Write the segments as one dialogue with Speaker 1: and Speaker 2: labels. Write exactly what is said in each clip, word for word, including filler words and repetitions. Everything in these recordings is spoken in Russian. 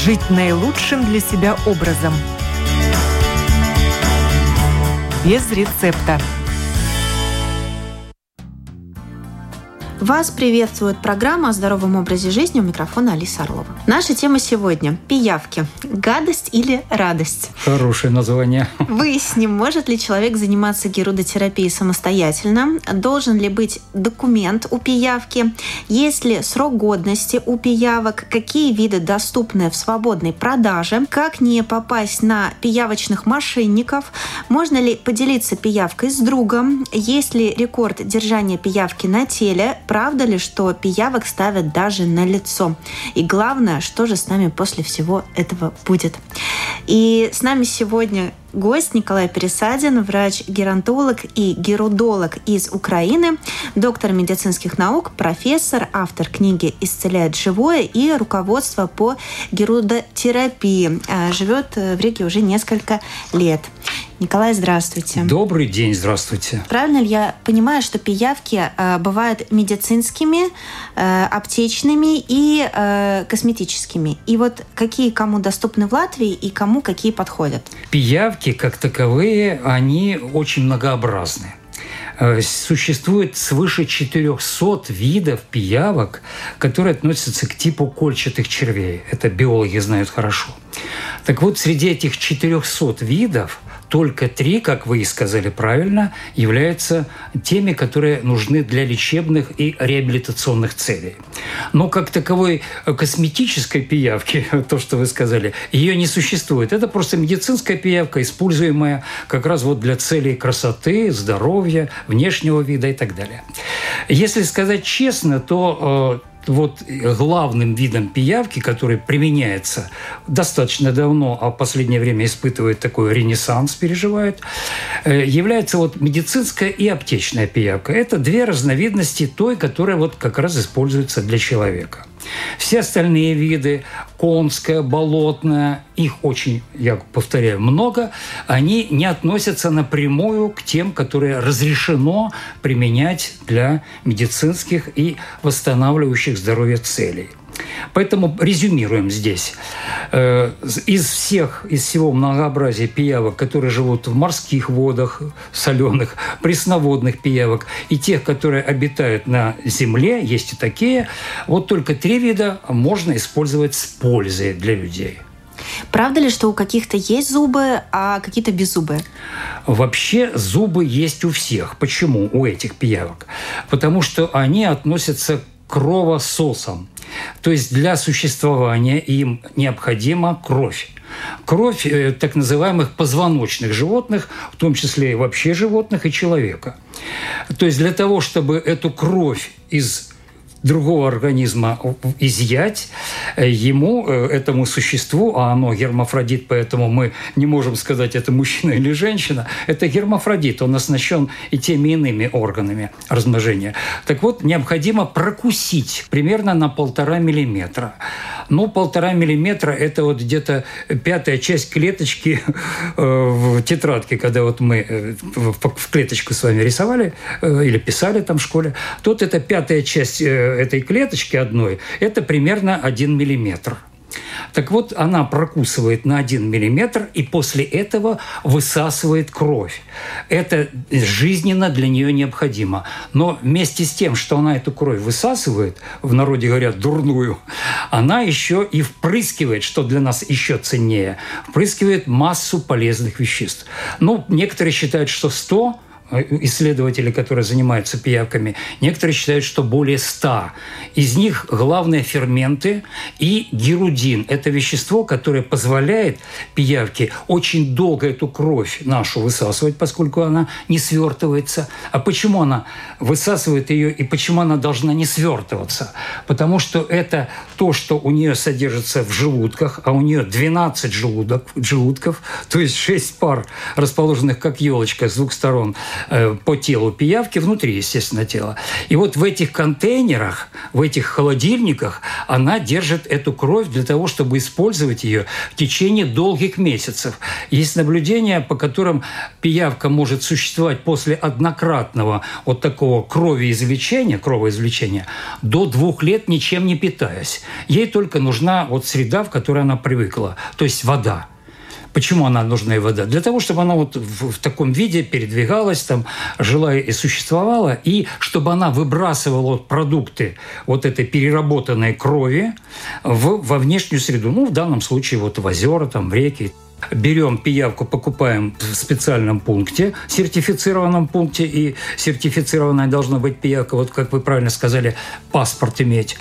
Speaker 1: жить наилучшим для себя образом. Без рецепта.
Speaker 2: Вас приветствует программа о здоровом образе жизни, у микрофона Алиса Орлова. Наша тема сегодня – пиявки. Гадость или радость?
Speaker 3: Хорошее название.
Speaker 2: Выясним, может ли человек заниматься герудотерапией самостоятельно, должен ли быть документ у пиявки, есть ли срок годности у пиявок, какие виды доступны в свободной продаже, как не попасть на пиявочных мошенников, можно ли поделиться пиявкой с другом, есть ли рекорд держания пиявки на теле, правда ли, что пиявок ставят даже на лицо? И главное, что же с нами после всего этого будет? И с нами сегодня гость Николай Пересадин, врач-геронтолог и герудолог из Украины, доктор медицинских наук, профессор, автор книги «Исцеляет живое» и руководство по герудотерапии. Живет в Риге уже несколько лет. Николай, здравствуйте.
Speaker 3: Добрый день, здравствуйте.
Speaker 2: Правильно ли я понимаю, что пиявки э, бывают медицинскими, э, аптечными и э, косметическими? И вот какие кому доступны в Латвии и кому какие подходят?
Speaker 3: Пиявки, как таковые, они очень многообразны. Существует свыше четырехсот видов пиявок, которые относятся к типу кольчатых червей. Это биологи знают хорошо. Так вот, среди этих четырехсот видов только три, как вы и сказали правильно, являются теми, которые нужны для лечебных и реабилитационных целей. Но как таковой косметической пиявки, то, что вы сказали, ее не существует. Это просто медицинская пиявка, используемая как раз вот для целей красоты, здоровья, внешнего вида и так далее. Если сказать честно, то вот главным видом пиявки, который применяется достаточно давно, а в последнее время испытывает такой ренессанс, переживает, является вот медицинская и аптечная пиявка. Это две разновидности той, которая вот как раз используется для человека. Все остальные виды, конская, болотная, их очень, я повторяю, много, они не относятся напрямую к тем, которые разрешено применять для медицинских и восстанавливающих здоровье целей. Поэтому резюмируем здесь. Из всех, из всего многообразия пиявок, которые живут в морских водах, соленых, пресноводных пиявок, и тех, которые обитают на земле, есть и такие, вот только три вида можно использовать с пользой для людей.
Speaker 2: Правда ли, что у каких-то есть зубы, а какие-то беззубые?
Speaker 3: Вообще зубы есть у всех. Почему у этих пиявок? Потому что они относятся к кровососам. То есть для существования им необходима кровь. Кровь э, так называемых позвоночных животных, в том числе и вообще животных, и человека. То есть для того, чтобы эту кровь из другого организма изъять, ему, этому существу, а оно гермафродит, поэтому мы не можем сказать, это мужчина или женщина, это гермафродит, он оснащен и теми иными органами размножения. Так вот, необходимо прокусить примерно на полтора миллиметра. Ну, полтора миллиметра – это вот где-то пятая часть клеточки в тетрадке, когда вот мы в клеточку с вами рисовали или писали там в школе. Тут это пятая часть этой клеточки одной – это примерно один миллиметр. Так вот, она прокусывает на один миллиметр и после этого высасывает кровь. Это жизненно для нее необходимо. Но вместе с тем, что она эту кровь высасывает, в народе говорят дурную, она еще и впрыскивает, что для нас еще ценнее, впрыскивает массу полезных веществ. Ну, некоторые считают, что сто исследователи, которые занимаются пиявками, некоторые считают, что более ста. Из них главные ферменты и герудин. Это вещество, которое позволяет пиявке очень долго эту кровь нашу высасывать, поскольку она не свертывается. А почему она высасывает ее и почему она должна не свертываться? Потому что это то, что у нее содержится в желудках, а у нее двенадцать желудок, желудков, то есть шесть пар, расположенных как елочка с двух сторон, э, по телу пиявки, внутри, естественно, тела. И вот в этих контейнерах, в этих холодильниках она держит эту кровь для того, чтобы использовать ее в течение долгих месяцев. Есть наблюдения, по которым пиявка может существовать после однократного вот такого кровоизвлечения, кровоизвлечения до двух лет ничем не питаясь. Ей только нужна вот среда, в которой она привыкла, то есть вода. Почему она нужна и вода? Для того, чтобы она вот в, в таком виде передвигалась, там, жила и существовала, и чтобы она выбрасывала вот продукты вот этой переработанной крови в, во внешнюю среду. Ну, в данном случае вот в озера, там, в реки. Берем пиявку, покупаем в специальном пункте, сертифицированном пункте, и сертифицированная должна быть пиявка, вот как вы правильно сказали, паспорт иметь,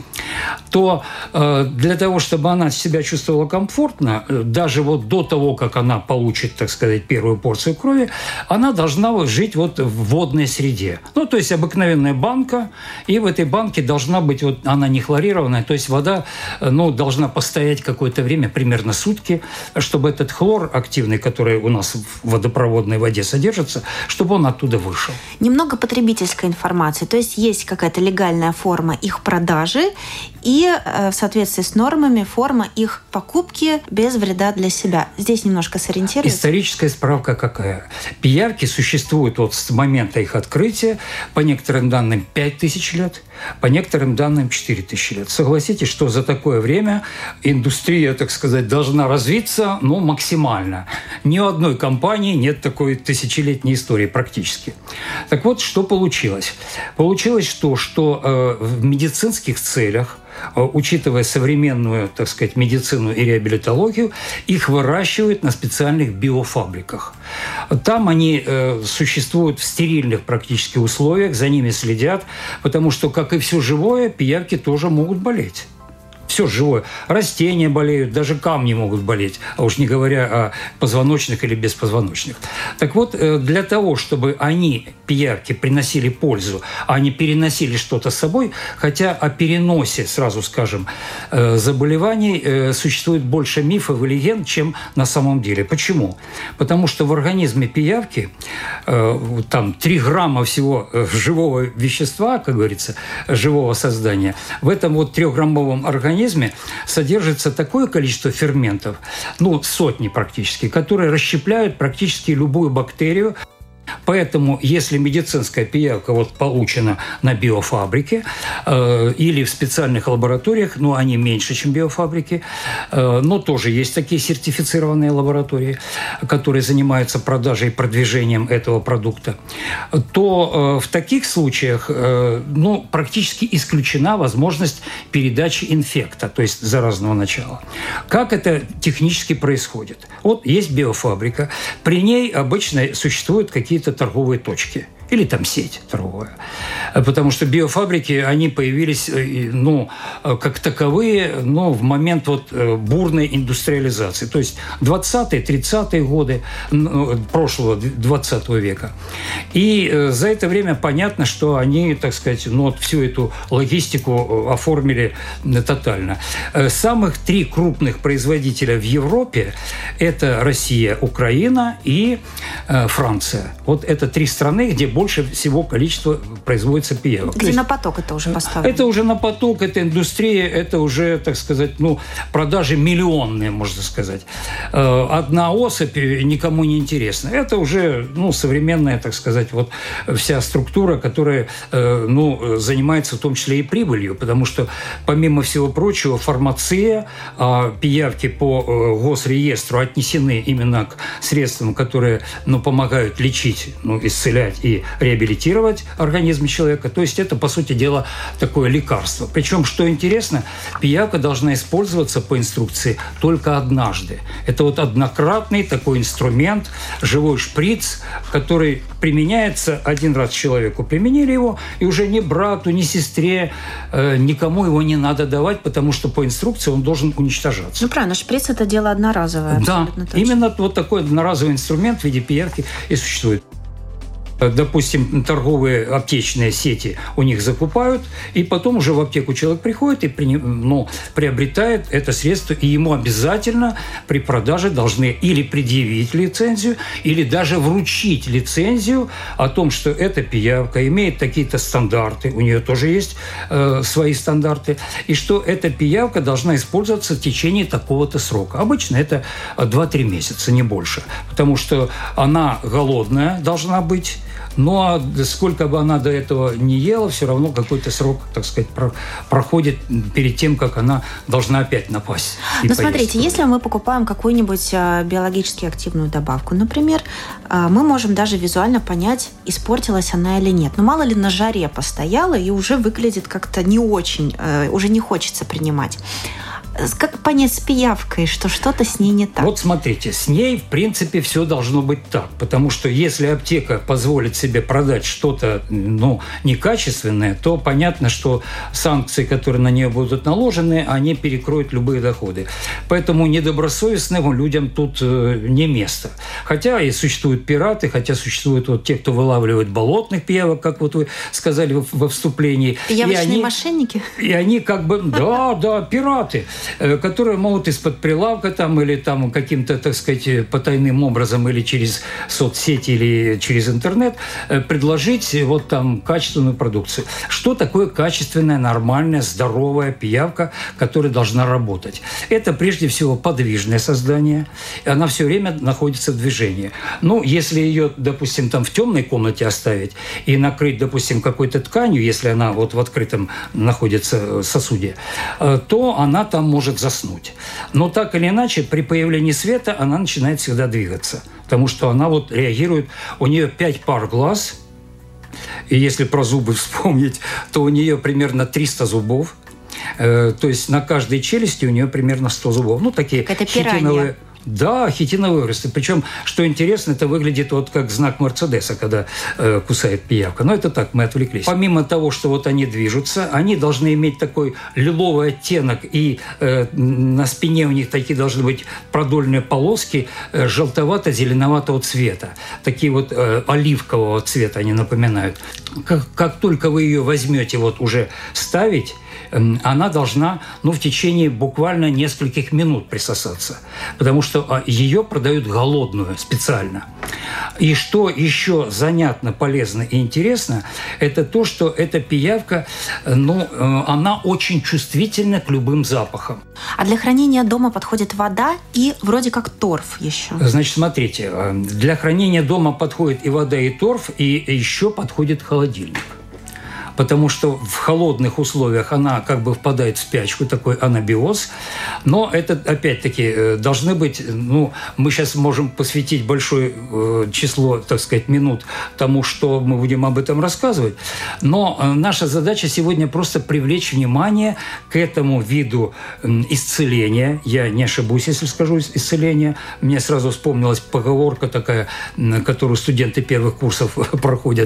Speaker 3: то э, для того, чтобы она себя чувствовала комфортно, э, даже вот до того, как она получит, так сказать, первую порцию крови, она должна жить вот в водной среде. Ну, то есть обыкновенная банка, и в этой банке должна быть, вот она не хлорированная, то есть вода, э, ну, должна постоять какое-то время, примерно сутки, чтобы этот хлор активный, который у нас в водопроводной воде содержится, чтобы он оттуда вышел.
Speaker 2: Немного потребительской информации. То есть есть какая-то легальная форма их продажи и в соответствии с нормами форма их покупки без вреда для себя. Здесь немножко сориентируйтесь.
Speaker 3: Историческая справка какая? Пиявки существуют вот с момента их открытия, по некоторым данным пять тысяч лет, по некоторым данным четыре тысячи лет. Согласитесь, что за такое время индустрия, так сказать, должна развиться, ну, максимально. Ни у одной компании нет такой тысячелетней истории практически. Так вот, что получилось? Получилось то, что э, в медицинских целях, учитывая современную, так сказать, медицину и реабилитологию, их выращивают на специальных биофабриках. Там они э, существуют в стерильных практически условиях, за ними следят, потому что, как и все живое, пиявки тоже могут болеть. Все живое. Растения болеют, даже камни могут болеть, а уж не говоря о позвоночных или беспозвоночных. Так вот, для того, чтобы они, пиявки, приносили пользу, а не переносили что-то с собой, хотя о переносе, сразу скажем, заболеваний существует больше мифов и легенд, чем на самом деле. Почему? Потому что в организме пиявки там три грамма всего живого вещества, как говорится, живого создания, в этом вот трехграммовом организме содержится такое количество ферментов, ну, сотни практически, которые расщепляют практически любую бактерию. Поэтому, если медицинская пиявка вот получена на биофабрике э, или в специальных лабораториях, ну, они меньше, чем биофабрики, э, но тоже есть такие сертифицированные лаборатории, которые занимаются продажей и продвижением этого продукта, то э, в таких случаях э, ну, практически исключена возможность передачи инфекта, то есть заразного начала. Как это технически происходит? Вот есть биофабрика, при ней обычно существуют какие-то торговые точки. Или там сеть торговая. Потому что биофабрики, они появились, ну, как таковые, ну, в момент вот бурной индустриализации. То есть двадцатые, тридцатые годы прошлого двадцатого века. И за это время понятно, что они, так сказать, ну, вот всю эту логистику оформили тотально. Самых три крупных производителя в Европе – это Россия, Украина и Франция. Вот это три страны, где больше больше всего количества производится пиявок.
Speaker 2: Где на поток это уже поставлено?
Speaker 3: Это уже на поток, это индустрия, это уже, так сказать, ну, продажи миллионные, можно сказать. Одна особь никому не интересна. Это уже, ну, современная, так сказать, вот вся структура, которая, ну, занимается в том числе и прибылью, потому что, помимо всего прочего, фармация, пиявки по госреестру отнесены именно к средствам, которые, ну, помогают лечить, ну, исцелять и реабилитировать организм человека. То есть это, по сути дела, такое лекарство. Причем, что интересно, пиявка должна использоваться по инструкции только однажды. Это вот однократный такой инструмент, живой шприц, который применяется один раз человеку. Применили его, и уже ни брату, ни сестре, э, никому его не надо давать, потому что по инструкции он должен уничтожаться.
Speaker 2: Ну, правильно, шприц – это дело одноразовое.
Speaker 3: Да, именно вот такой одноразовый инструмент в виде пиявки и существует. Допустим, торговые аптечные сети у них закупают, и потом уже в аптеку человек приходит и ну, приобретает это средство, и ему обязательно при продаже должны или предъявить лицензию, или даже вручить лицензию о том, что эта пиявка имеет такие-то стандарты, у нее тоже есть э, свои стандарты, и что эта пиявка должна использоваться в течение такого-то срока. Обычно это два-три месяца, не больше, потому что она голодная должна быть. Ну, а сколько бы она до этого не ела, все равно какой-то срок, так сказать, про- проходит перед тем, как она должна опять напасть.
Speaker 2: Ну, смотрите, если мы покупаем какую-нибудь а, биологически активную добавку, например, а, мы можем даже визуально понять, испортилась она или нет. Но мало ли на жаре постояла и уже выглядит как-то не очень, а, уже не хочется принимать. Как понять с пиявкой, что что-то с ней не так?
Speaker 3: Вот смотрите, с ней, в принципе, все должно быть так. Потому что если аптека позволит себе продать что-то ну, некачественное, то понятно, что санкции, которые на нее будут наложены, они перекроют любые доходы. Поэтому недобросовестным людям тут не место. Хотя и существуют пираты, хотя существуют вот те, кто вылавливает болотных пиявок, как вот вы сказали во вступлении.
Speaker 2: Пиявочные и они, мошенники?
Speaker 3: И они как бы, да, да, пираты, которые могут из-под прилавка там, или там каким-то, так сказать, потайным образом или через соцсети, или через интернет предложить вот там качественную продукцию. Что такое качественная, нормальная, здоровая пиявка, которая должна работать? Это прежде всего подвижное создание. Она все время находится в движении. Ну, если ее, допустим, там в темной комнате оставить и накрыть, допустим, какой-то тканью, если она вот в открытом находится сосуде, то она там может заснуть. Но так или иначе, при появлении света она начинает всегда двигаться, потому что она вот реагирует, у нее пять пар глаз, и если про зубы вспомнить, то у нее примерно триста зубов, э, то есть на каждой челюсти у нее примерно сто зубов. Ну, такие хитиновые... Да, хитиновые выросты. Причем, что интересно, это выглядит вот как знак Мерседеса, когда э, кусает пиявка. Но это так, мы отвлеклись. Помимо того, что вот они движутся, они должны иметь такой лиловый оттенок, и э, на спине у них такие должны быть продольные полоски э, желтовато-зеленоватого цвета. Такие вот э, оливкового цвета они напоминают. Как, как только вы ее возьмете вот уже ставить, она должна, ну, в течение буквально нескольких минут присосаться, потому что ее продают голодную специально. И что еще занятно, полезно и интересно, это то, что эта пиявка, ну, она очень чувствительна к любым запахам.
Speaker 2: А для хранения дома подходит вода и вроде как торф еще.
Speaker 3: Значит, смотрите, для хранения дома подходит и вода, и торф, и еще подходит холодильник. Потому что в холодных условиях она как бы впадает в спячку, такой анабиоз. Но это, опять-таки, должны быть... Ну, мы сейчас можем посвятить большое э, число, так сказать, минут тому, что мы будем об этом рассказывать. Но э, наша задача сегодня просто привлечь внимание к этому виду э, исцеления. Я не ошибусь, если скажу исцеление. Мне сразу вспомнилась поговорка такая, которую студенты первых курсов проходят.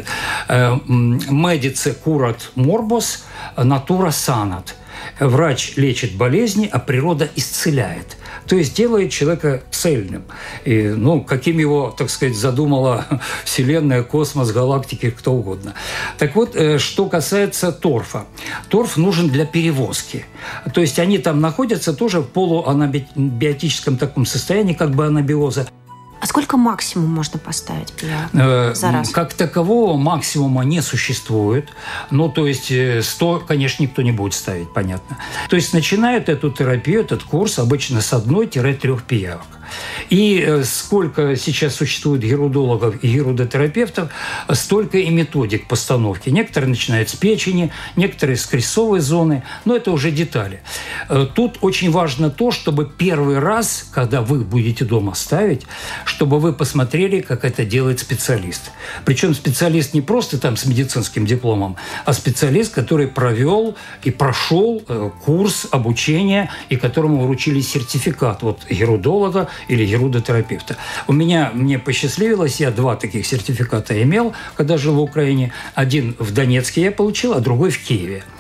Speaker 3: «Медице курат морбос, натура санат». Врач лечит болезни, а природа исцеляет. То есть делает человека цельным. И, ну, каким его, так сказать, задумала Вселенная, космос, галактики, кто угодно. Так вот, что касается торфа. Торф нужен для перевозки. То есть они там находятся тоже в полуанабиотическом таком состоянии, как бы анабиоза.
Speaker 2: А сколько максимум можно поставить пиявок за раз?
Speaker 3: Как такового максимума не существует. Ну, то есть сто, конечно, никто не будет ставить, понятно. То есть начинают эту терапию, этот курс обычно с одной-трех пиявок. И сколько сейчас существует герудологов и герудотерапевтов, столько и методик постановки. Некоторые начинают с печени, некоторые с крестцовой зоны, но это уже детали. Тут очень важно то, чтобы первый раз, когда вы будете дома ставить, чтобы вы посмотрели, как это делает специалист. Причем специалист не просто там с медицинским дипломом, а специалист, который провел и прошел курс обучения, и которому вручили сертификат вот герудолога или герудотерапевта. У меня, мне посчастливилось, я два таких сертификата имел, когда жил в Украине. Один в Донецке я получил, а другой в Киеве.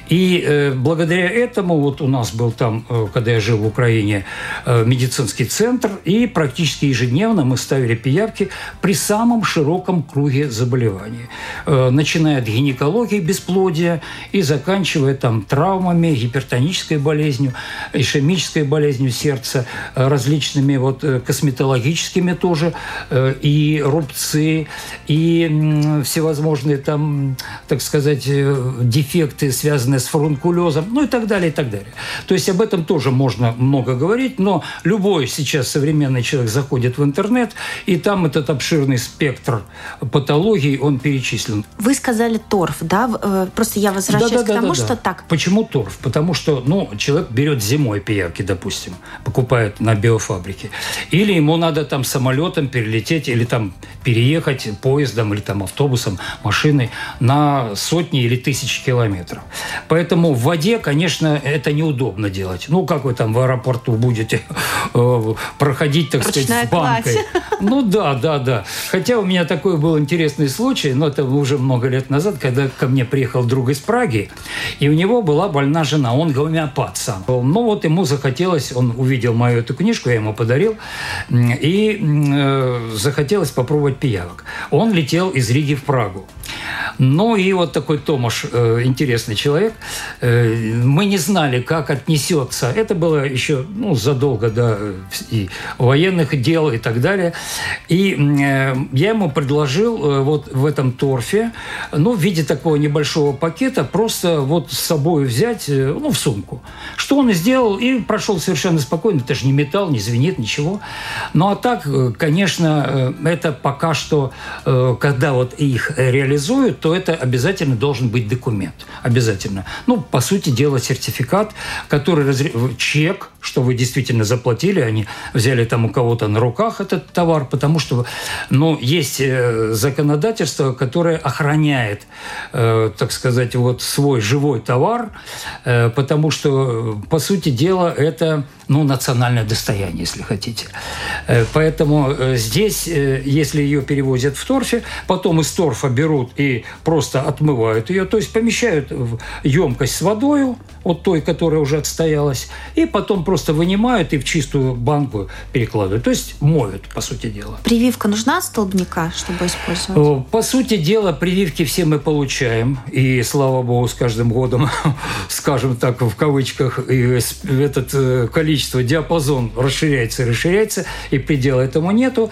Speaker 3: И э, благодаря этому вот у нас был там, э, когда я жил в Украине, э, медицинский центр, и практически ежедневно мы ставили пиявки при самом широком круге заболеваний. Э, начиная от гинекологии, бесплодия, и заканчивая там травмами, гипертонической болезнью, ишемической болезнью сердца, э, различными вот э, косметологическими тоже, э, и рубцы, и э, всевозможные там, так сказать, э, дефекты, связанные с фурункулезом, ну и так далее, и так далее. То есть об этом тоже можно много говорить, но любой сейчас современный человек заходит в интернет, и там этот обширный спектр патологий, он перечислен.
Speaker 2: Вы сказали торф, да? Просто я возвращаюсь да, да, к тому, да, да, что
Speaker 3: да.
Speaker 2: так.
Speaker 3: Почему торф? Потому что, ну, человек берет зимой пиявки, допустим, покупает на биофабрике, или ему надо там самолетом перелететь, или там переехать поездом, или там автобусом, машиной на сотни или тысячи километров. Поэтому в воде, конечно, это неудобно делать. Ну, как вы там в аэропорту будете э, проходить, так
Speaker 2: Ручная
Speaker 3: сказать, с банкой.
Speaker 2: кладь.
Speaker 3: Ну да, да, да. Хотя у меня такой был интересный случай, но это уже много лет назад, когда ко мне приехал друг из Праги, и у него была больна жена, он гомеопат сам. Ну вот ему захотелось, он увидел мою эту книжку, я ему подарил, и э, захотелось попробовать пиявок. Он летел из Риги в Прагу. Ну и вот такой Томаш, э, интересный человек, э, мы не знали, как отнесется. Это было еще ну, задолго до и военных дел и так далее. И э, я ему предложил э, вот в этом торфе, ну, в виде такого небольшого пакета, просто вот с собой взять, э, ну, в сумку. Что он и сделал, и прошел совершенно спокойно. Это же не металл, не звенит, ничего. Ну, а так, конечно, э, это пока что, э, когда вот их реализуют, то это обязательно должен быть документ. Обязательно. Ну, по сути дела, сертификат, который разре... чек, что вы действительно заплатили, они взяли там у кого-то на руках этот товар, потому что, ну, есть законодательство, которое охраняет, э, так сказать, вот свой живой товар, э, потому что, по сути дела, это, ну, национальное достояние, если хотите. Э, поэтому э, здесь, э, если ее перевозят в торфе, потом из торфа берут и просто отмывают ее, то есть помещают в емкость с водой, вот той, которая уже отстоялась, и потом просто вынимают и в чистую банку перекладывают. То есть моют, по сути дела.
Speaker 2: Прививка нужна от столбняка, чтобы использовать?
Speaker 3: По сути дела, прививки все мы получаем. И, слава богу, с каждым годом, скажем так, в кавычках, и этот количество, диапазон расширяется и расширяется, и предела этому нету.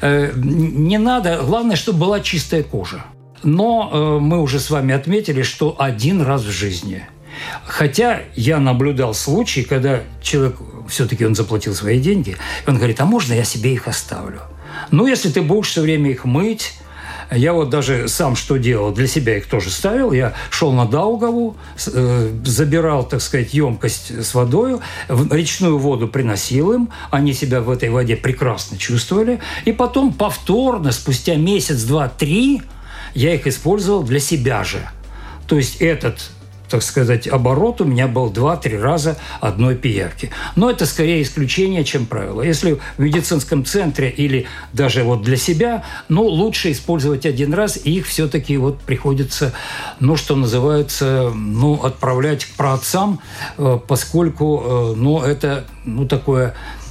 Speaker 3: Не надо, главное, чтобы была чистая кожа. Но э, мы уже с вами отметили, что один раз в жизни. Хотя я наблюдал случаи, когда человек, все-таки он заплатил свои деньги, и он говорит, а можно я себе их оставлю? Ну, если ты будешь все время их мыть. Я вот даже сам что делал, для себя их тоже ставил. Я шел на Даугаву, э, забирал, так сказать, емкость с водой, в речную воду приносил им, они себя в этой воде прекрасно чувствовали, и потом повторно, спустя месяц, два, три, я их использовал для себя же. То есть этот, так сказать, оборот у меня был два-три раза одной пиявки. Но это скорее исключение, чем правило. Если в медицинском центре или даже вот для себя, ну, лучше использовать один раз, и их все-таки вот приходится, ну, что называется, ну, отправлять к праотцам, поскольку, ну, это, ну, такое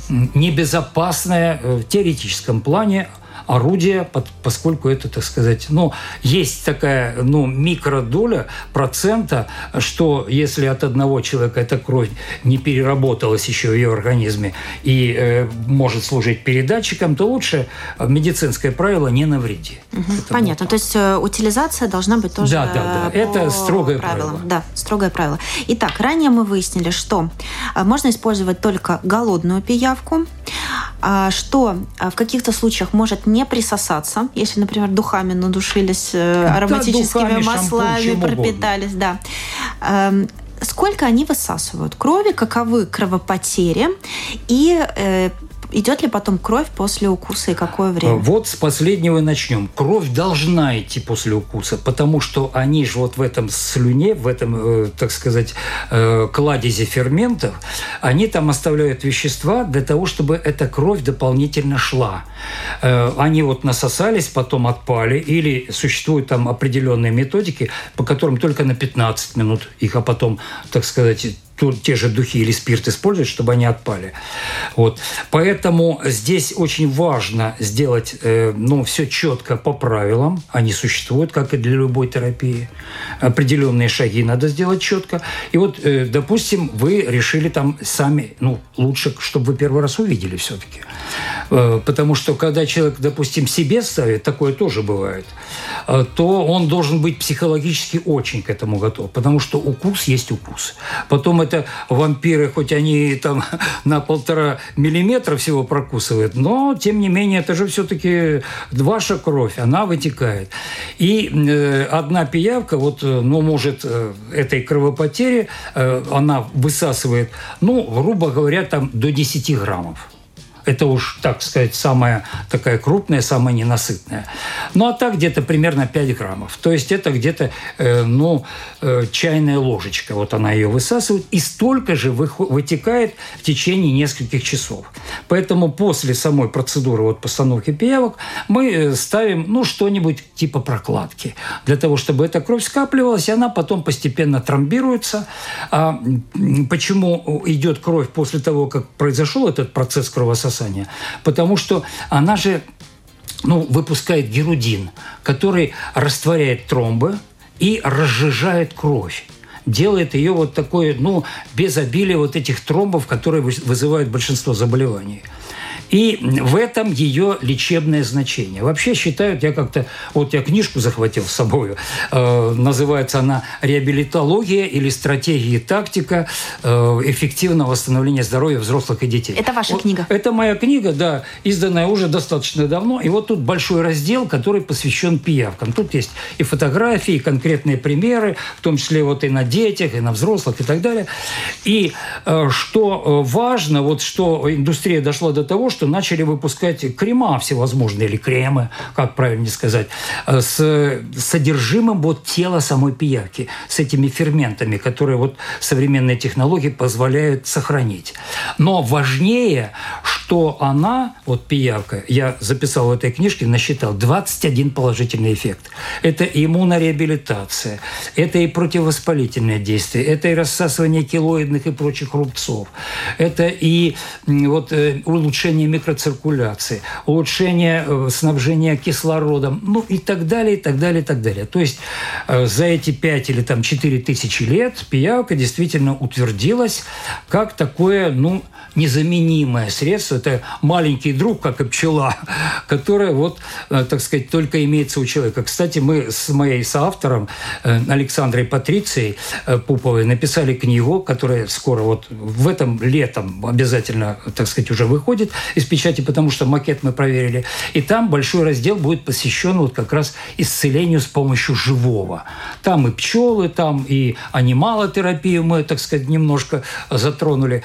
Speaker 3: небезопасное в теоретическом плане орудие, поскольку это, так сказать, ну, есть такая, ну, микродоля процента, что если от одного человека эта кровь не переработалась еще в ее организме и э, может служить передатчиком, то лучше медицинское правило не навреди.
Speaker 2: Угу. Понятно. То есть э, утилизация должна быть тоже
Speaker 3: да, да, да.
Speaker 2: по
Speaker 3: это строгое
Speaker 2: правилам.
Speaker 3: правило.
Speaker 2: Да, строгое правило. Итак, ранее мы выяснили, что можно использовать только голодную пиявку, что в каких-то случаях может не присосаться, если, например, духами надушились, ароматическими да, духами, маслами шампунь, пропитались. Да. Сколько они высасывают крови, каковы кровопотери и идет ли потом кровь после укуса и какое время?
Speaker 3: Вот с последнего начнем. Кровь должна идти после укуса, потому что они же вот в этом слюне, в этом, э, так сказать, э, кладезе ферментов, они там оставляют вещества для того, чтобы эта кровь дополнительно шла. Э, они вот насосались, потом отпали, или существуют там определенные методики, по которым только на пятнадцать минут их, а потом, так сказать, те же духи или спирт использовать, чтобы они отпали. Вот. Поэтому здесь очень важно сделать э, ну, все четко по правилам. Они существуют, как и для любой терапии. Определенные шаги надо сделать четко. И вот, э, допустим, вы решили там сами, ну, лучше, чтобы вы первый раз увидели все-таки. Э, потому что, когда человек, допустим, себе ставит, такое тоже бывает, э, то он должен быть психологически очень к этому готов. Потому что укус есть укус. Потом это вампиры, хоть они там на полтора миллиметра всего прокусывают, но, тем не менее, это же все-таки ваша кровь, она вытекает. И э, одна пиявка, вот, ну, может, э, этой кровопотери, э, она высасывает, ну, грубо говоря, там до десяти граммов. Это уж, так сказать, самая такая крупная, самая ненасытная. Ну, а так где-то примерно пять граммов. То есть это где-то, э, ну, э, чайная ложечка. Вот она ее высасывает. И столько же вытекает в течение нескольких часов. Поэтому после самой процедуры вот, постановки пиявок мы ставим, ну, что-нибудь типа прокладки. Для того, чтобы эта кровь скапливалась, и она потом постепенно тромбируется. А почему идет кровь после того, как произошел этот процесс кровососания? Потому что она же, ну, выпускает герудин, который растворяет тромбы и разжижает кровь. Делает ее вот такой, ну, без обилия вот этих тромбов, которые вызывают большинство заболеваний. И в этом ее лечебное значение. Вообще считают, я как-то, вот я книжку захватил с собой, э, называется она «Реабилитология или стратегия и тактика э, эффективного восстановления здоровья взрослых и детей».
Speaker 2: Это ваша
Speaker 3: вот,
Speaker 2: книга?
Speaker 3: Это моя книга, да, изданная уже достаточно давно. И вот тут большой раздел, который посвящен пиявкам. Тут есть и фотографии, и конкретные примеры, в том числе вот и на детях, и на взрослых, и так далее. И э, что важно, вот что индустрия дошла до того, что начали выпускать крема всевозможные, или кремы, как правильно сказать, с содержимым вот тела самой пиявки, с этими ферментами, которые вот современные технологии позволяют сохранить. Но важнее, что она, вот пиявка, я записал в этой книжке, насчитал двадцать один положительный эффект. Это и иммунореабилитация, это и противовоспалительное действие, это и рассасывание килоидных и прочих рубцов, это и вот улучшение микроциркуляции, улучшение снабжения кислородом, ну и так далее, и так далее, и так далее. То есть за эти пять или там четыре тысячи лет пиявка действительно утвердилась как такое, ну, незаменимое средство. Это маленький друг, как и пчела, которая вот, так сказать, только имеется у человека. Кстати, мы с моей соавтором Александрой Патрицией Пуповой написали книгу, которая скоро вот в этом летом обязательно, так сказать, уже выходит из печати, потому что макет мы проверили. И там большой раздел будет посвящен вот как раз исцелению с помощью живого. Там и пчелы, там и анималотерапию мы, так сказать, немножко затронули.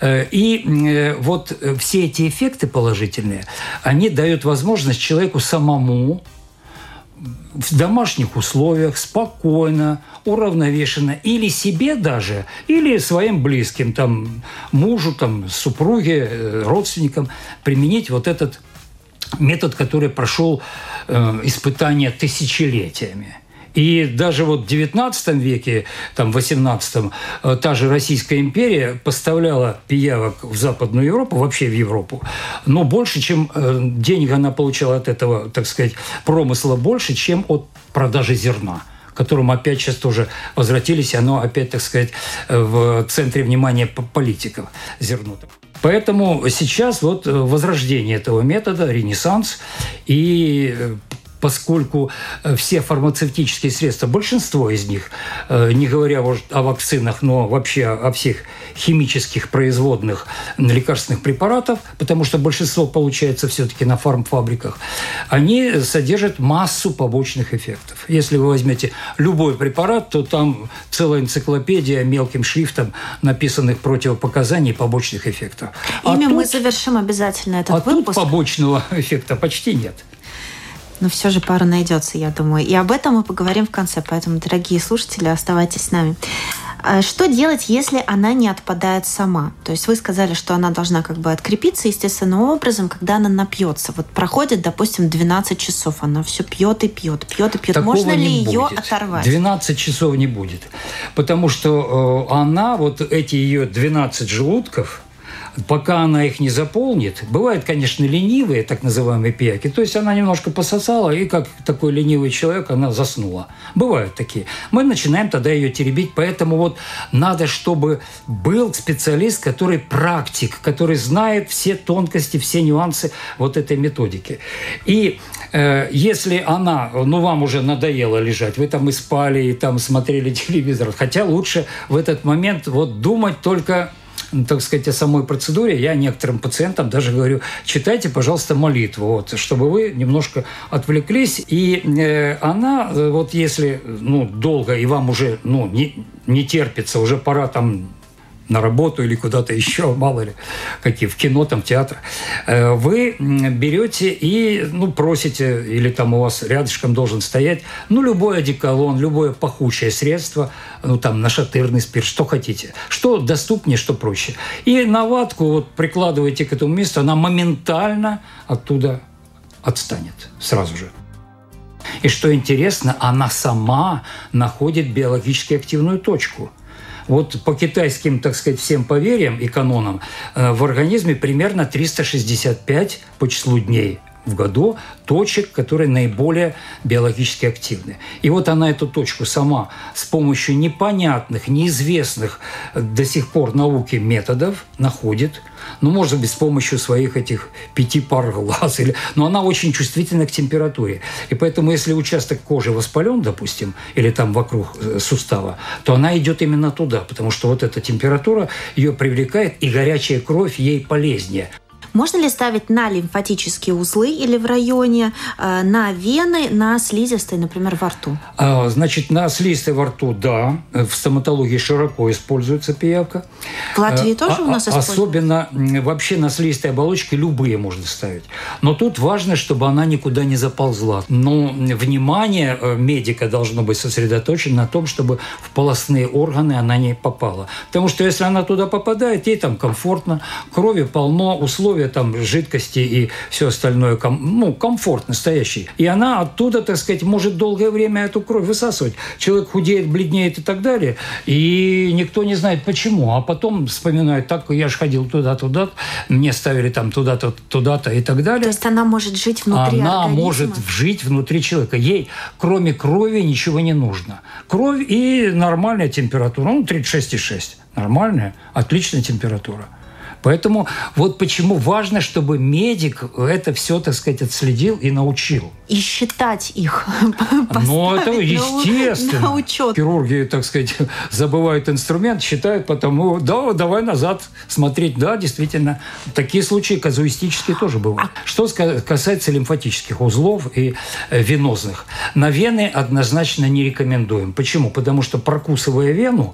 Speaker 3: И вот все эти эффекты положительные, они дают возможность человеку самому в домашних условиях спокойно, уравновешенно, или себе даже, или своим близким, там, мужу, там, супруге, родственникам применить вот этот метод, который прошел э, испытания тысячелетиями. И даже вот в девятнадцатом веке, там, в восемнадцатом, та же Российская империя поставляла пиявок в Западную Европу, вообще в Европу, но больше, чем денег она получала от этого, так сказать, промысла, больше, чем от продажи зерна, к которому опять сейчас тоже возвратились, и оно опять, так сказать, в центре внимания политиков зерно. Поэтому сейчас вот возрождение этого метода, ренессанс, и поскольку все фармацевтические средства, большинство из них, не говоря о вакцинах, но вообще о всех химических производных лекарственных препаратов, потому что большинство получается все-таки на фармфабриках, они содержат массу побочных эффектов. Если вы возьмете любой препарат, то там целая энциклопедия мелким шрифтом написанных противопоказаний и побочных эффектов.
Speaker 2: Ими
Speaker 3: а
Speaker 2: мы
Speaker 3: тут,
Speaker 2: завершим обязательно этот
Speaker 3: а
Speaker 2: выпуск.
Speaker 3: Тут побочного эффекта почти нет.
Speaker 2: Но все же пара найдется, я думаю. И об этом мы поговорим в конце. Поэтому, дорогие слушатели, оставайтесь с нами. Что делать, если она не отпадает сама? То есть вы сказали, что она должна как бы открепиться естественным образом, когда она напьется. Вот проходит, допустим, двенадцать часов, она все пьет и пьет, пьет и пьет.
Speaker 3: Такого
Speaker 2: Можно ли
Speaker 3: не
Speaker 2: ее
Speaker 3: будет.
Speaker 2: оторвать?
Speaker 3: двенадцать часов не будет. Потому что э, она, вот эти ее двенадцать желудков, пока она их не заполнит, бывают, конечно, ленивые, так называемые пияки, то есть она немножко пососала, и как такой ленивый человек она заснула. Бывают такие. Мы начинаем тогда ее теребить, поэтому вот надо, чтобы был специалист, который практик, который знает все тонкости, все нюансы вот этой методики. И э, если она, ну, вам уже надоело лежать, вы там и спали, и там смотрели телевизор, хотя лучше в этот момент вот думать только, так сказать, о самой процедуре. Я некоторым пациентам даже говорю, читайте, пожалуйста, молитву, вот, чтобы вы немножко отвлеклись. И э, она, вот если ну, долго, и вам уже ну, не, не терпится, уже пора там на работу или куда-то еще, мало ли, какие, в кино, там, в театр, вы берете и, ну, просите, или там у вас рядышком должен стоять, ну, любой одеколон, любое пахучее средство, ну, там, нашатырный спирт, что хотите. Что доступнее, что проще. И на ватку вот прикладываете к этому месту, она моментально оттуда отстанет сразу же. И что интересно, она сама находит биологически активную точку. Вот по китайским, так сказать, всем поверьям и канонам в организме примерно триста шестьдесят пять по числу дней в году точек, которые наиболее биологически активны. И вот она эту точку сама с помощью непонятных, неизвестных до сих пор науке методов находит. Ну, может быть, с помощью своих этих пяти пар глаз. Или... Но она очень чувствительна к температуре. И поэтому, если участок кожи воспален, допустим, или там вокруг сустава, то она идет именно туда, потому что вот эта температура ее привлекает, и горячая кровь ей полезнее.
Speaker 2: Можно ли ставить на лимфатические узлы или в районе, на вены, на слизистой, например, во рту?
Speaker 3: Значит, на слизистой во рту, да. В стоматологии широко используется пиявка.
Speaker 2: В Латвии тоже а, у нас используется?
Speaker 3: Особенно вообще на слизистой оболочке любые можно ставить. Но тут важно, чтобы она никуда не заползла. Но внимание медика должно быть сосредоточено на том, чтобы в полостные органы она не попала. Потому что если она туда попадает, ей там комфортно, крови полно, условия там жидкости и все остальное, ну, комфорт настоящий. И она оттуда, так сказать, может долгое время эту кровь высасывать. Человек худеет, бледнеет и так далее, и никто не знает почему. А потом вспоминает, так, я же ходил туда-туда, мне ставили там туда-то, туда-то и так далее.
Speaker 2: То есть она может жить внутри
Speaker 3: Она
Speaker 2: организма?
Speaker 3: может жить внутри человека. Ей, кроме крови, ничего не нужно. Кровь и нормальная температура, ну, тридцать шесть и шесть. Нормальная, отличная температура. Поэтому вот почему важно, чтобы медик это все, так сказать, отследил и научил.
Speaker 2: И считать их.
Speaker 3: Ну, это естественно.
Speaker 2: На учет.
Speaker 3: Хирурги, так сказать, забывают инструмент, считают, потому, да, давай назад смотреть. Да, действительно, такие случаи казуистические тоже бывают. Что касается лимфатических узлов и венозных. На вены однозначно не рекомендуем. Почему? Потому что, прокусывая вену,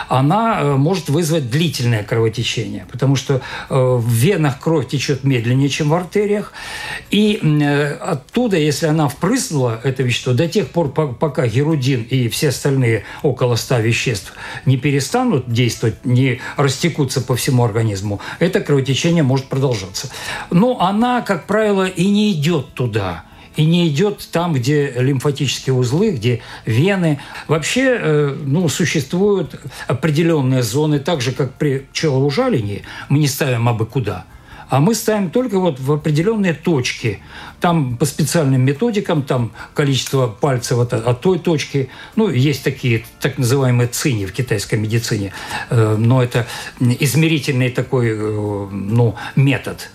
Speaker 3: она может вызвать длительное кровотечение. Потому что в венах кровь течет медленнее, чем в артериях. И оттуда, если она впрыснула это вещество, до тех пор, пока герудин и все остальные около ста веществ не перестанут действовать, не растекутся по всему организму, это кровотечение может продолжаться. Но она, как правило, и не идет туда. И не идет там, где лимфатические узлы, где вены. Вообще, ну, существуют определенные зоны, так же, как при пчелоужалении. Мы не ставим абы куда. А мы ставим только вот в определенные точки. Там по специальным методикам, там количество пальцев от, от той точки. Ну, есть такие так называемые цини в китайской медицине. Но это измерительный такой, ну, метод.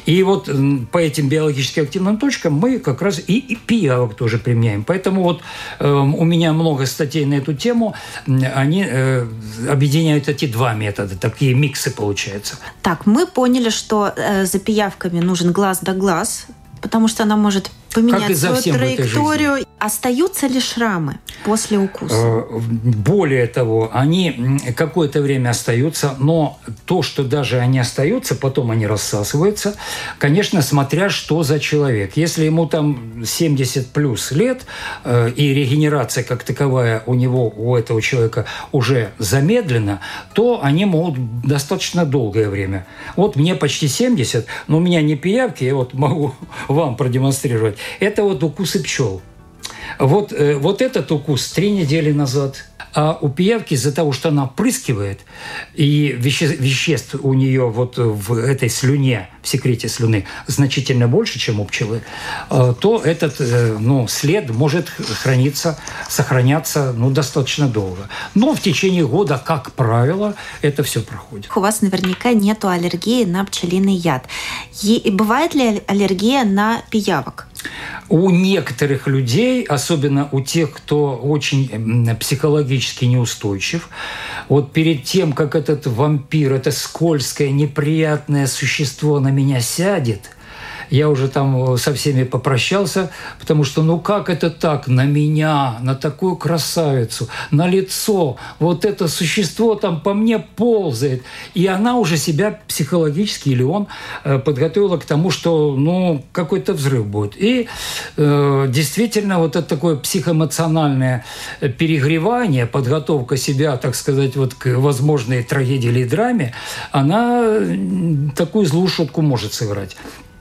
Speaker 3: И вот по этим биологически активным точкам мы как раз и, и пиявок тоже применяем. Поэтому вот э, у меня много статей на эту тему. Они э, объединяют эти два метода. Такие миксы получаются.
Speaker 2: Так, мы поняли, что э, за пиявками нужен глаз да глаз, потому что она может поменять свою траекторию. Остаются ли шрамы после укуса?
Speaker 3: Более того, они какое-то время остаются, но то, что даже они остаются, потом они рассасываются, конечно, смотря что за человек. Если ему там семьдесят плюс лет, и регенерация как таковая у него, у этого человека уже замедлена, то они могут достаточно долгое время. Вот мне почти семьдесят, но у меня не пиявки, я вот могу вам продемонстрировать. Это вот укусы пчел. Вот, вот этот укус три недели назад. А у пиявки из-за того, что она опрыскивает, и веще, веществ у нее вот в этой слюне, в секрете слюны, значительно больше, чем у пчелы, то этот ну, след может храниться, сохраняться ну, достаточно долго. Но в течение года, как правило, это все проходит.
Speaker 2: У вас наверняка нет аллергии на пчелиный яд. И бывает ли аллергия на пиявок?
Speaker 3: У некоторых людей, особенно у тех, кто очень психологически неустойчив, вот перед тем, как этот вампир, это скользкое, неприятное существо на меня сядет, я уже там со всеми попрощался, потому что ну как это так на меня, на такую красавицу, на лицо, вот это существо там по мне ползает. И она уже себя психологически, или он, подготовила к тому, что ну какой-то взрыв будет. И э, действительно вот это такое психоэмоциональное перегревание, подготовка себя, так сказать, вот к возможной трагедии или драме, она такую злую шутку может сыграть.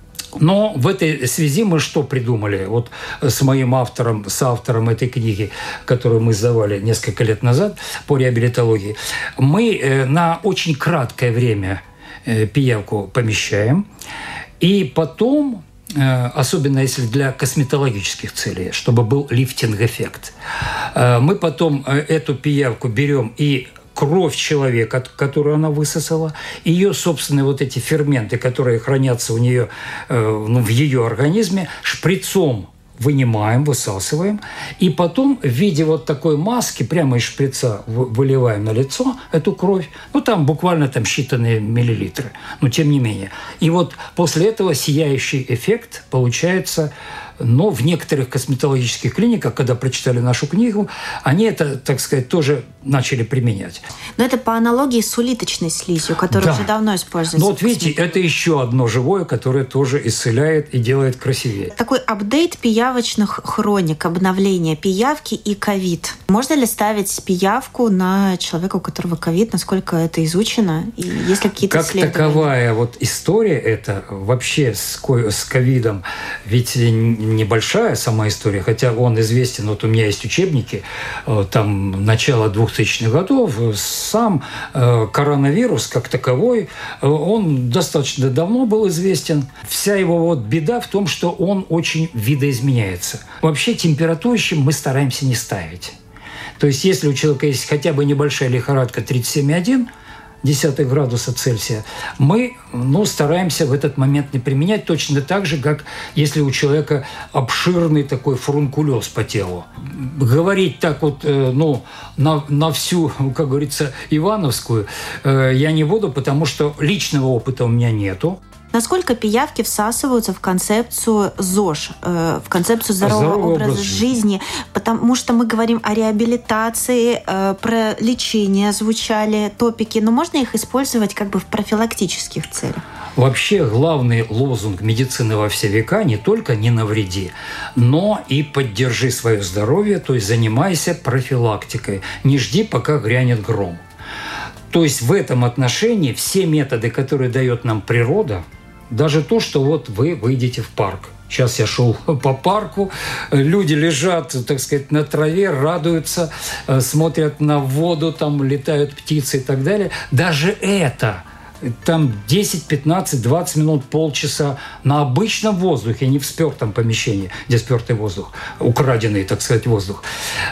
Speaker 3: Но в этой связи мы что придумали? Вот с моим автором, с автором этой книги, которую мы издавали несколько лет назад по реабилитологии, мы на очень краткое время пиявку помещаем, и потом, особенно если для косметологических целей, чтобы был лифтинг-эффект, мы потом эту пиявку берем и кровь человека, которую она высосала, ее собственные вот эти ферменты, которые хранятся у нее, э, ну, в ее организме, шприцом вынимаем, высасываем, и потом в виде вот такой маски прямо из шприца выливаем на лицо эту кровь. Ну, там буквально там считанные миллилитры, но тем не менее. И вот после этого сияющий эффект получается. Но в некоторых косметологических клиниках, когда прочитали нашу книгу, они это, так сказать, тоже начали применять.
Speaker 2: Но это по аналогии с улиточной слизью, которая да. уже давно используется.
Speaker 3: Но вот видите, это еще одно живое, которое тоже исцеляет и делает красивее.
Speaker 2: Такой апдейт пиявочных хроник, обновление пиявки и ковид. Можно ли ставить пиявку на человека, у которого ковид, насколько это изучено? И есть ли какие-то
Speaker 3: как
Speaker 2: исследования?
Speaker 3: Как таковая вот история эта вообще с, с ковидом, ведь небольшая сама история, хотя он известен, вот у меня есть учебники, там, начала двухтысячных годов, сам коронавирус как таковой, он достаточно давно был известен. Вся его вот беда в том, что он очень видоизменяется. Вообще температурщик мы стараемся не ставить. То есть если у человека есть хотя бы небольшая лихорадка тридцать семь и одна десятых градуса Цельсия, мы ну, стараемся в этот момент не применять точно так же, как если у человека обширный такой фурункулез по телу. Говорить так вот ну, на, на всю, как говорится, Ивановскую я не буду, потому что личного опыта у меня нету.
Speaker 2: Насколько пиявки всасываются в концепцию ЗОЖ, э, в концепцию здорового, здорового образа образ жизни? Потому что мы говорим о реабилитации, э, про лечение звучали топики, но можно их использовать как бы в профилактических целях?
Speaker 3: Вообще главный лозунг медицины во все века не только «не навреди», но и «поддержи свое здоровье», то есть занимайся профилактикой, не жди, пока грянет гром. То есть в этом отношении все методы, которые дает нам природа, даже то, что вот вы выйдете в парк. Сейчас я шел по парку, люди лежат, так сказать, на траве, радуются, смотрят на воду, там летают птицы и так далее. Даже это, там десять, пятнадцать, двадцать минут, полчаса на обычном воздухе, не в спёртом помещении, где спёртый воздух, украденный, так сказать, воздух.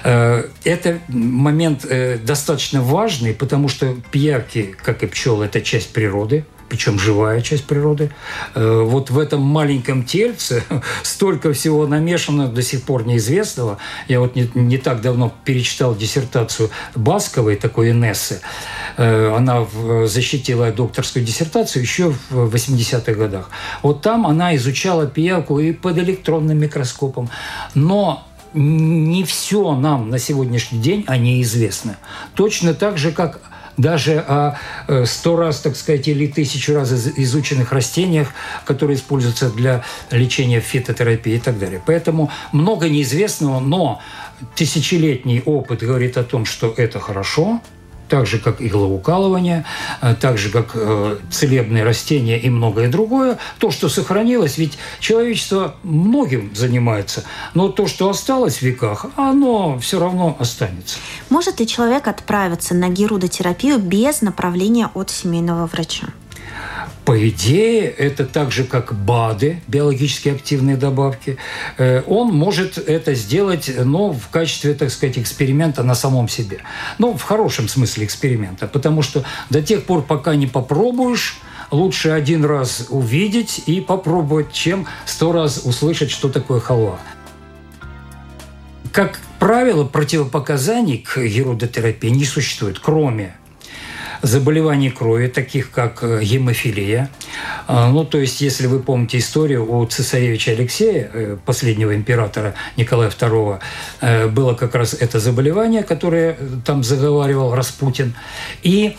Speaker 3: Это момент достаточно важный, потому что пиявки, как и пчелы, это часть природы. причем живая часть природы. Вот в этом маленьком тельце столько всего намешано, до сих пор неизвестного. Я вот не, не так давно перечитал диссертацию Басковой, такой Инессы. Она защитила докторскую диссертацию еще в восьмидесятых годах. Вот там она изучала пиявку и под электронным микроскопом. Но не все нам на сегодняшний день о ней известно. Точно так же, как даже о сто раз, так сказать, или тысячу раз изученных растениях, которые используются для лечения фитотерапии и так далее. Поэтому много неизвестного, но тысячелетний опыт говорит о том, что это хорошо, так же, как иглоукалывание, так же, как целебные растения и многое другое. То, что сохранилось, ведь человечество многим занимается, но то, что осталось в веках, оно все равно останется.
Speaker 2: Может ли человек отправиться на герудотерапию без направления от семейного врача?
Speaker 3: По идее, это так же, как БАДы, биологически активные добавки. Он может это сделать, но в качестве, так сказать, эксперимента на самом себе. Ну, в хорошем смысле эксперимента. Потому что до тех пор, пока не попробуешь, лучше один раз увидеть и попробовать, чем сто раз услышать, что такое халва. Как правило, противопоказаний к герудотерапии не существует, кроме заболеваний крови, таких как гемофилия. Ну, то есть, если вы помните историю у цесаревича Алексея, последнего императора Николая второго, было как раз это заболевание, которое там заговаривал Распутин. И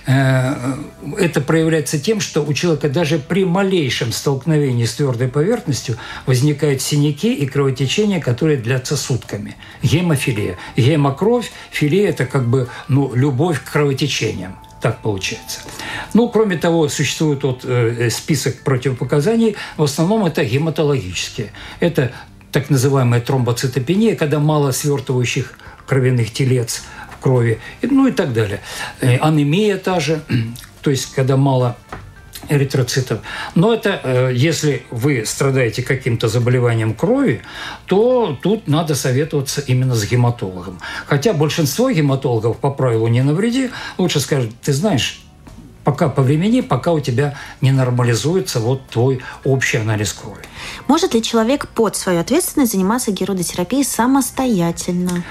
Speaker 3: это проявляется тем, что у человека даже при малейшем столкновении с твердой поверхностью возникают синяки и кровотечения, которые длятся сутками. Гемофилия. Гемокровь, филия – это как бы ну, любовь к кровотечениям. Так получается. Ну, кроме того, существует вот, э, список противопоказаний. В основном это гематологические. Это так называемая тромбоцитопения, когда мало свертывающих кровяных телец в крови, ну и так далее. Э, анемия та же, то есть когда мало эритроцитов. Но это, если вы страдаете каким-то заболеванием крови, то тут надо советоваться именно с гематологом. Хотя большинство гематологов по правилу «не навреди» лучше скажут: ты знаешь, пока повремени, пока у тебя не нормализуется вот твой общий анализ крови.
Speaker 2: Может ли человек под свою ответственность заниматься герудотерапией самостоятельно?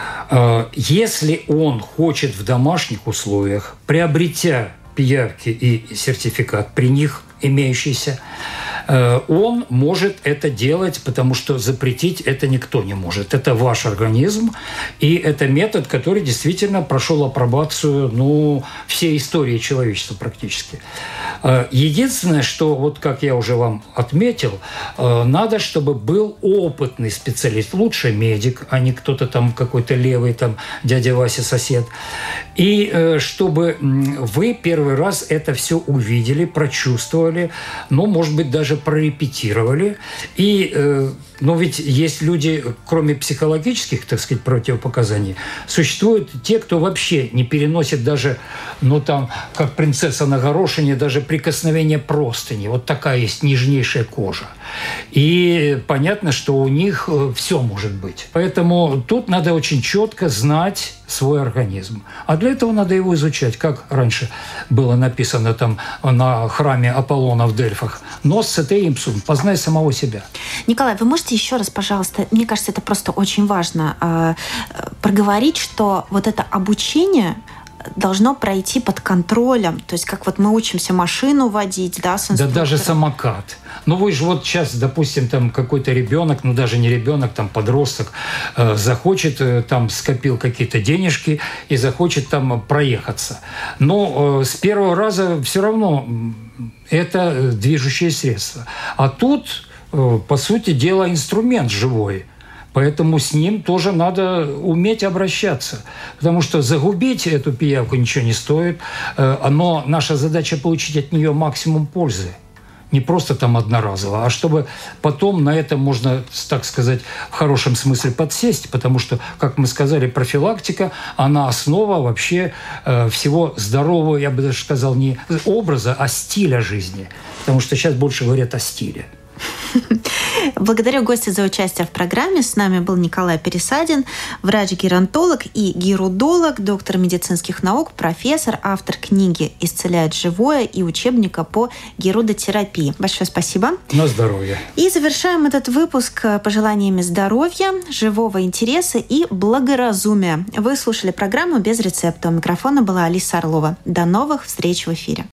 Speaker 3: Если он хочет в домашних условиях, приобретя пиявки и сертификат при них имеющийся, он может это делать, потому что запретить это никто не может. Это ваш организм, и это метод, который действительно прошел апробацию ну, всей истории человечества практически. Единственное, что, вот как я уже вам отметил, надо, чтобы был опытный специалист, лучше медик, а не кто-то там какой-то левый, там дядя Вася сосед. И чтобы вы первый раз это все увидели, прочувствовали, ну, может быть, даже прорепетировали. И, э, но ведь есть люди, кроме психологических, так сказать, противопоказаний, существуют те, кто вообще не переносит даже, ну, там, как принцесса на горошине, даже прикосновение простыни. Вот такая есть нежнейшая кожа. И понятно, что у них все может быть. Поэтому тут надо очень четко знать свой организм. А для этого надо его изучать, как раньше было написано там на храме Аполлона в Дельфах. «Нос те импсум», познай самого себя.
Speaker 2: Николай, вы можете еще раз, пожалуйста, мне кажется, это просто очень важно, э, проговорить, что вот это обучение должно пройти под контролем. То есть, как вот мы учимся машину водить, да, с инструктором.
Speaker 3: Да даже самокат. Ну, вы же вот сейчас, допустим, там какой-то ребенок, ну, даже не ребенок, там подросток, э, захочет, э, там скопил какие-то денежки и захочет там проехаться. Но э, с первого раза все равно это движущее средство. А тут, э, по сути дела, инструмент живой. Поэтому с ним тоже надо уметь обращаться. Потому что загубить эту пиявку ничего не стоит. Но наша задача получить от нее максимум пользы. Не просто там одноразово, а чтобы потом на это можно, так сказать, в хорошем смысле подсесть. Потому что, как мы сказали, профилактика, она основа вообще всего здорового, я бы даже сказал, не образа, а стиля жизни. Потому что сейчас больше говорят о стиле.
Speaker 2: Благодарю гостя за участие в программе. С нами был Николай Пересадин, врач-геронтолог и герудолог, доктор медицинских наук, профессор, автор книги «Исцеляет живое» и учебника по герудотерапии. Большое спасибо.
Speaker 3: На здоровье.
Speaker 2: И завершаем этот выпуск пожеланиями здоровья, живого интереса и благоразумия. Вы слушали программу «Без рецепта». У микрофона была Алиса Орлова. До новых встреч в эфире.